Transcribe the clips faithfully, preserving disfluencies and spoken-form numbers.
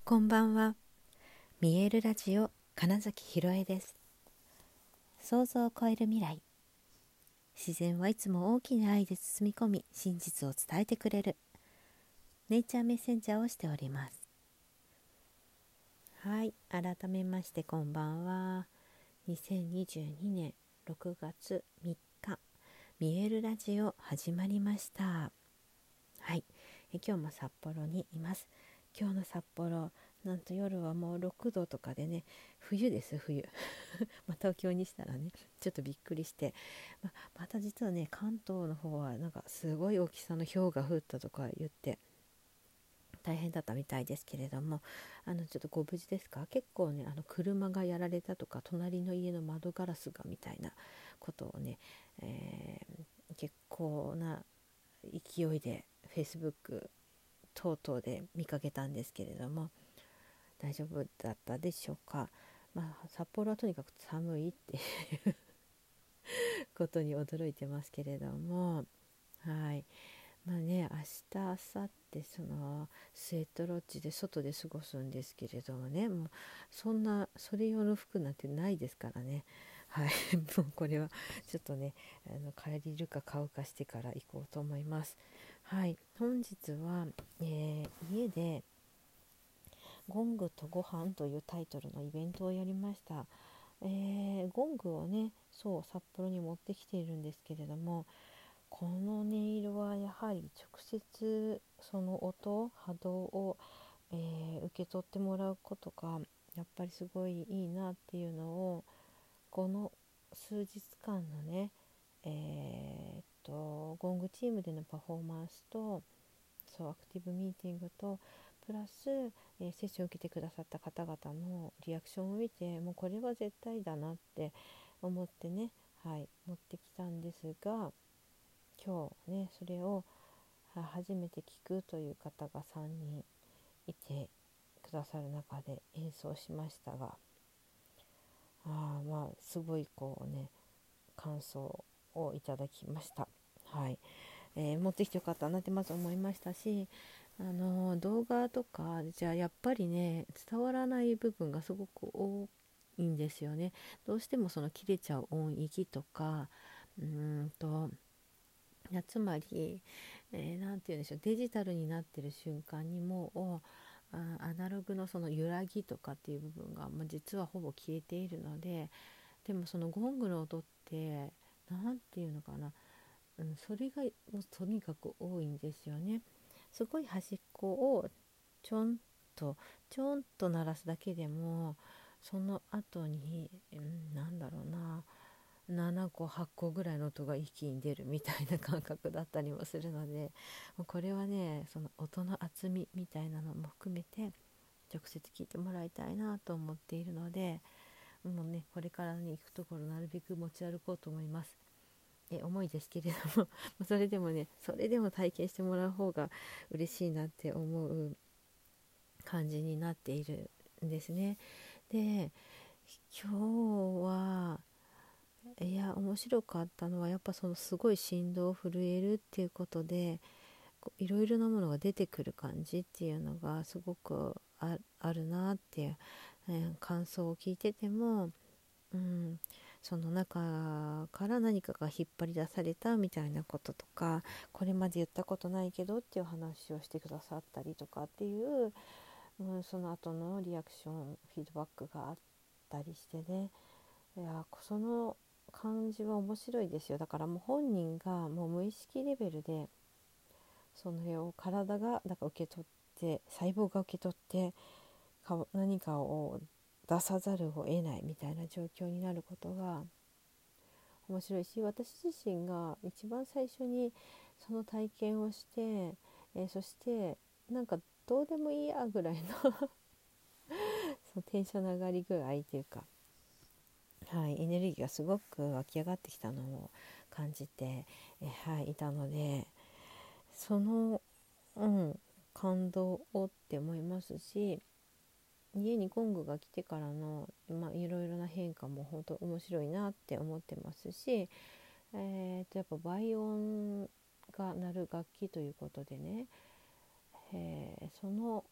こんばんは。見えるラジオ金崎ひろえです。想像を超える未来。自然はいつも大きな愛で包み込み、真実を伝えてくれるネイチャーメッセンジャーをしております。はい、改めましてこんばんは。にせんにじゅうにねんろくがつみっか、見えるラジオ始まりました。はい、え今日も札幌にいます。今日の札幌、なんと夜はもうろくどとかでね、冬です冬まあ東京にしたらね、ちょっとびっくりして、ままた実はね、関東の方はなんかすごい大きさの氷が降ったとか言って大変だったみたいですけれども、あのちょっとご無事ですか？結構ね、あの車がやられたとか、隣の家の窓ガラスがみたいなことをね、えー結構な勢いで Facebook 等々で見かけたんですけれども、大丈夫だったでしょうか？まあ、札幌はとにかく寒いっていうことに驚いてますけれども、はい、まあね、明日明後日そのスウェットロッジで外で過ごすんですけれどもね、もうそんなそれ用の服なんてないですからね。はい、もうこれはちょっとね、あの借りるか買うかしてから行こうと思います。はい、本日は、えー家でゴングとご飯というタイトルのイベントをやりました。えーゴングをね、そう札幌に持ってきているんですけれども、この音色はやはり直接その音波動を、えー受け取ってもらうことがやっぱりすごいいいなっていうのを、この数日間のね、えーっとゴングチームでのパフォーマンスと、そうアクティブミーティングとプラス、えー、セッションを受けてくださった方々のリアクションを見て、もうこれは絶対だなって思ってね、はい、持ってきたんですが、今日ねそれを初めて聞くという方がさんにんいてくださる中で演奏しましたが、あまあすごいこうね、感想をいただきました。はい、えー持ってきてよかったなってまず思いましたし、あのー動画とかじゃやっぱりね、伝わらない部分がすごく多いんですよね。どうしてもその切れちゃう音域とか、うーんとやつまり、えー、なんて言うんでしょう、デジタルになってる瞬間にもうあアナログのその揺らぎとかっていう部分が、まあ、実はほぼ消えているので、でもそのゴングの音ってなんていうのかな、うん、それがもうとにかく多いんですよね。すごい端っこをちょんとちょんと鳴らすだけでも、その後に、うん、なんだろうな、ななこはっこぐらいの音が一気に出るみたいな感覚だったりもするので、もうこれはね、その音の厚みみたいなのも含めて直接聞いてもらいたいなと思っているので、もうね、これからね行くところなるべく持ち歩こうと思います。え重いですけれどもそれでもね、それでも体験してもらう方が嬉しいなって思う感じになっているんですね。で、今日はいや面白かったのは、やっぱそのすごい振動を震えるっていうことで、こういろいろなものが出てくる感じっていうのがすごく あ, あるなっていう、えー感想を聞いてても、うん、その中から何かが引っ張り出されたみたいなこととか、これまで言ったことないけどっていう話をしてくださったりとかっていう、うん、その後のリアクションフィードバックがあったりしてね、いやその感じは面白いですよ。だからもう本人がもう無意識レベルでそれを体がだから受け取って、細胞が受け取ってか何かを出さざるを得ないみたいな状況になることが面白いし、私自身が一番最初にその体験をして、えーそしてなんかどうでもいいやぐらいのそのテンション上がり具合というか、はい、エネルギーがすごく湧き上がってきたのを感じて、えはい、いたので、その、うん、感動をって思いますし、家にゴングが来てからの、まあ、いろいろな変化も本当面白いなって思ってますし、えー、とやっぱ倍音が鳴る楽器ということでね、えーその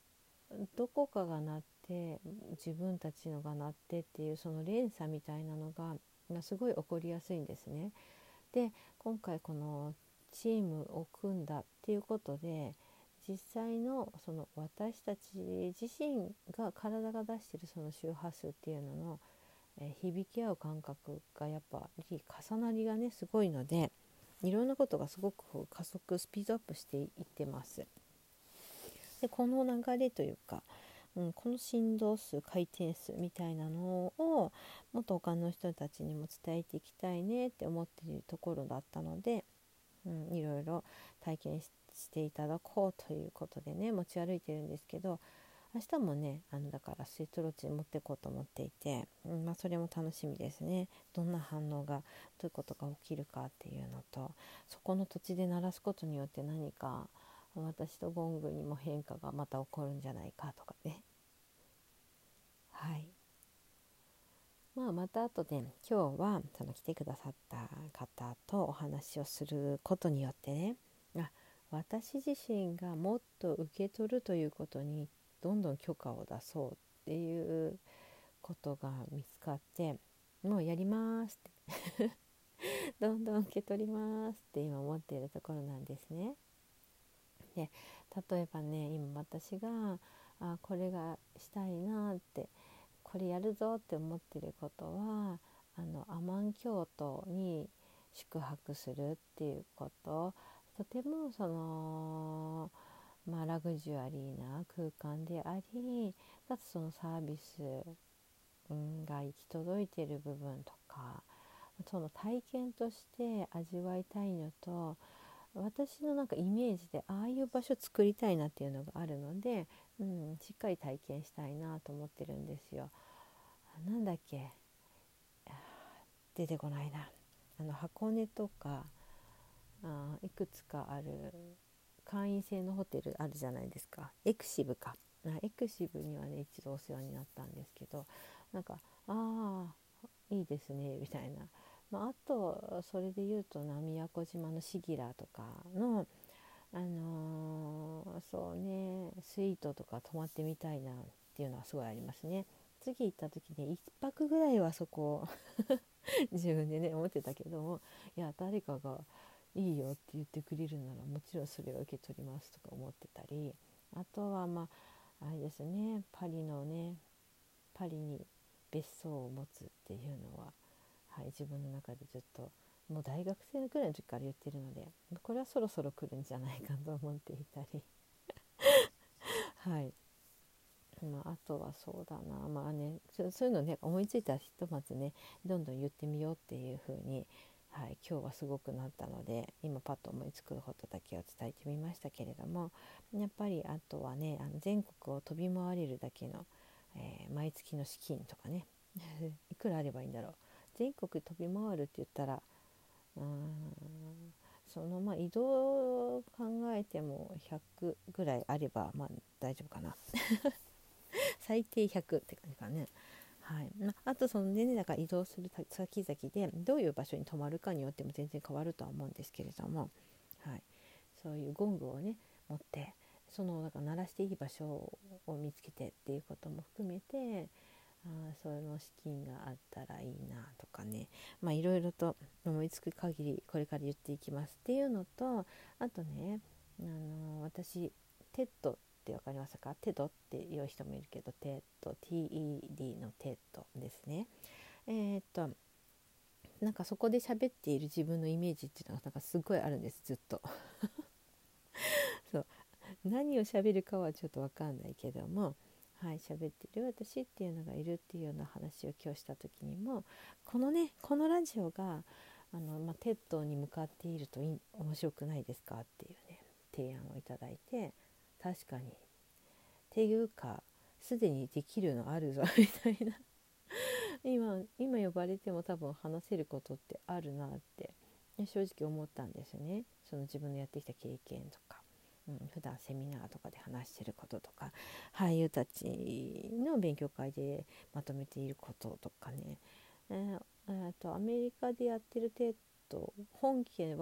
どこかが鳴って自分たちのが鳴ってっていうその連鎖みたいなのがすごい起こりやすいんですね。で今回このチームを組んだっていうことで実際のその私たち自身が体が出しているその周波数っていうのの、えー響き合う感覚がやっぱり重なりがねすごいので、いろんなことがすごく加速スピードアップしていってます。でこの流れというか、うん、この振動数回転数みたいなのをもっと他の人たちにも伝えていきたいねって思っているところだったので、うん、いろいろ体験ししていただこうということでね持ち歩いてるんですけど、明日もねあのだからスイートロッジに持っていこうと思っていて、うんまあ、それも楽しみですね。どんな反応がどういうことが起きるかっていうのと、そこの土地で鳴らすことによって何か私とゴングにも変化がまた起こるんじゃないかとかね。はい、まあ、また後で今日はその来てくださった方とお話をすることによってね、あ私自身がもっと受け取るということにどんどん許可を出そうっていうことが見つかって、もうやりますってどんどん受け取りますって今思っているところなんですね。で例えばね今私があこれがしたいなってこれやるぞって思ってることはあのアマン京都に宿泊するっていうこと、とてもその、まあ、ラグジュアリーな空間でありかつそのサービス、うん、が行き届いている部分とかその体験として味わいたいのと、私のなんかイメージでああいう場所作りたいなっていうのがあるので、うん、しっかり体験したいなと思ってるんですよ。なんだっけ、出てこないな。あの箱根とかあいくつかある会員制のホテルあるじゃないですか。エクシブかあエクシブにはね一度お世話になったんですけど、なんかああいいですねみたいな、まあ、あとそれで言うとな宮古島のシギラとかのあのー、そうねスイートとか泊まってみたいなっていうのはすごいありますね。次行った時ねいっぱくぐらいはそこ自分でね思ってたけども、いや誰かがいいよって言ってくれるならもちろんそれを受け取りますとか思ってたり、あとはまああれですね、パリのねパリに別荘を持つっていうのは、はい、自分の中でずっともう大学生ぐらいの時から言ってるので、これはそろそろ来るんじゃないかと思っていたりはい、まあ、あとはそうだな、まあね、そそういうのね思いついたらひとまずねどんどん言ってみようっていう風に、はい、今日はすごくなったので今パッと思いつくことだけを伝えてみましたけれども、やっぱりあとはねあの全国を飛び回れるだけの、えー毎月の資金とかねいくらあればいいんだろう。全国飛び回るって言ったらうーんそのまあ移動を考えてもひゃくぐらいあればまあ大丈夫かな最低ひゃくって感じかね。はいまあ、あとそのねだから移動する先々でどういう場所に泊まるかによっても全然変わるとは思うんですけれども、はい、そういうゴングをね持ってそのなんか鳴らしていい場所を見つけてっていうことも含めて、あその資金があったらいいなとかね、まあいろいろと思いつく限りこれから言っていきますっていうのと、あとねあの私テッドってわかりますか？テドっていう人もいるけどテッド ティーイーディー のテッドですね。えー、っとなんかそこで喋っている自分のイメージっていうのがなんかすごいあるんです、ずっとそう何を喋るかはちょっと分かんないけども、はい、喋ってる私っていうのがいるっていうような話を今日した時にも、このねこのラジオがあの、まあ、テッドに向かっているといい面白くないですかっていうね提案をいただいて、確かにっていうかすでにできるのあるぞみたいな今今呼ばれても多分話せることってあるなって正直思ったんですね。その自分のやってきた経験とか、うん、普段セミナーとかで話してることとか俳優たちの勉強会でまとめていることとかね、えーえーとアメリカでやってる程度本家は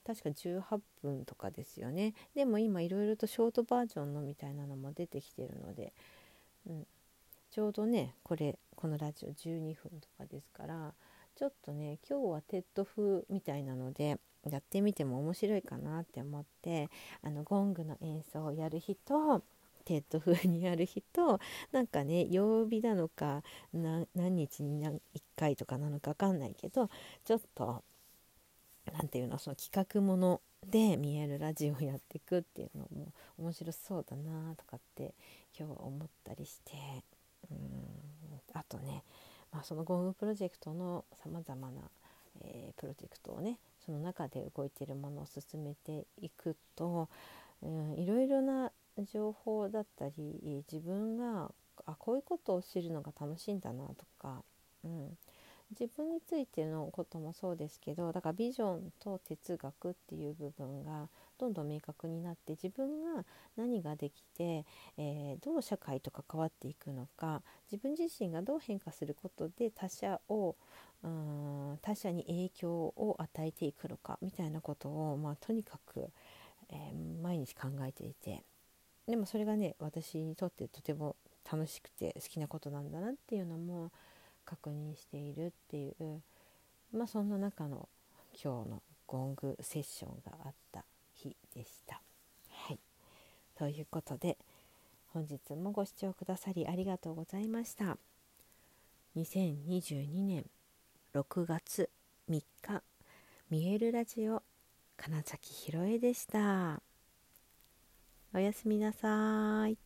確かじゅうはっぷんとかですよね。でも今いろいろとショートバージョンのみたいなのも出てきてるので、うん、ちょうどねこれこのラジオじゅうにふんとかですから、ちょっとね今日はテッド風みたいなのでやってみても面白いかなって思って、あのゴングの演奏をやる日とテッド風にやる日と、なんかね曜日なのかな何日に何いっかいとかなのか分かんないけど、ちょっとなんていうの、その企画もので見えるラジオをやっていくっていうのも面白そうだなとかって今日は思ったりして、うーんあとね、まあ、そのゴングプロジェクトのさまざまな、えープロジェクトをね、その中で動いているものを進めていくと、うん、いろいろな情報だったり自分があこういうことを知るのが楽しいんだなとか、うん、自分についてのこともそうですけど、だからビジョンと哲学っていう部分がどんどん明確になって、自分が何ができて、えーどう社会と関わっていくのか、自分自身がどう変化することで他者をうーん他者に影響を与えていくのかみたいなことを、まあ、とにかく、えー毎日考えていて、でもそれがね私にとってとても楽しくて好きなことなんだなっていうのも確認しているっていう、まあそんな中の今日のゴングセッションがあった日でした。はい、ということで本日もご視聴くださりありがとうございました。にせんにじゅうにねんろくがつみっか、見えるラジオ金崎ひろえでした。おやすみなさい。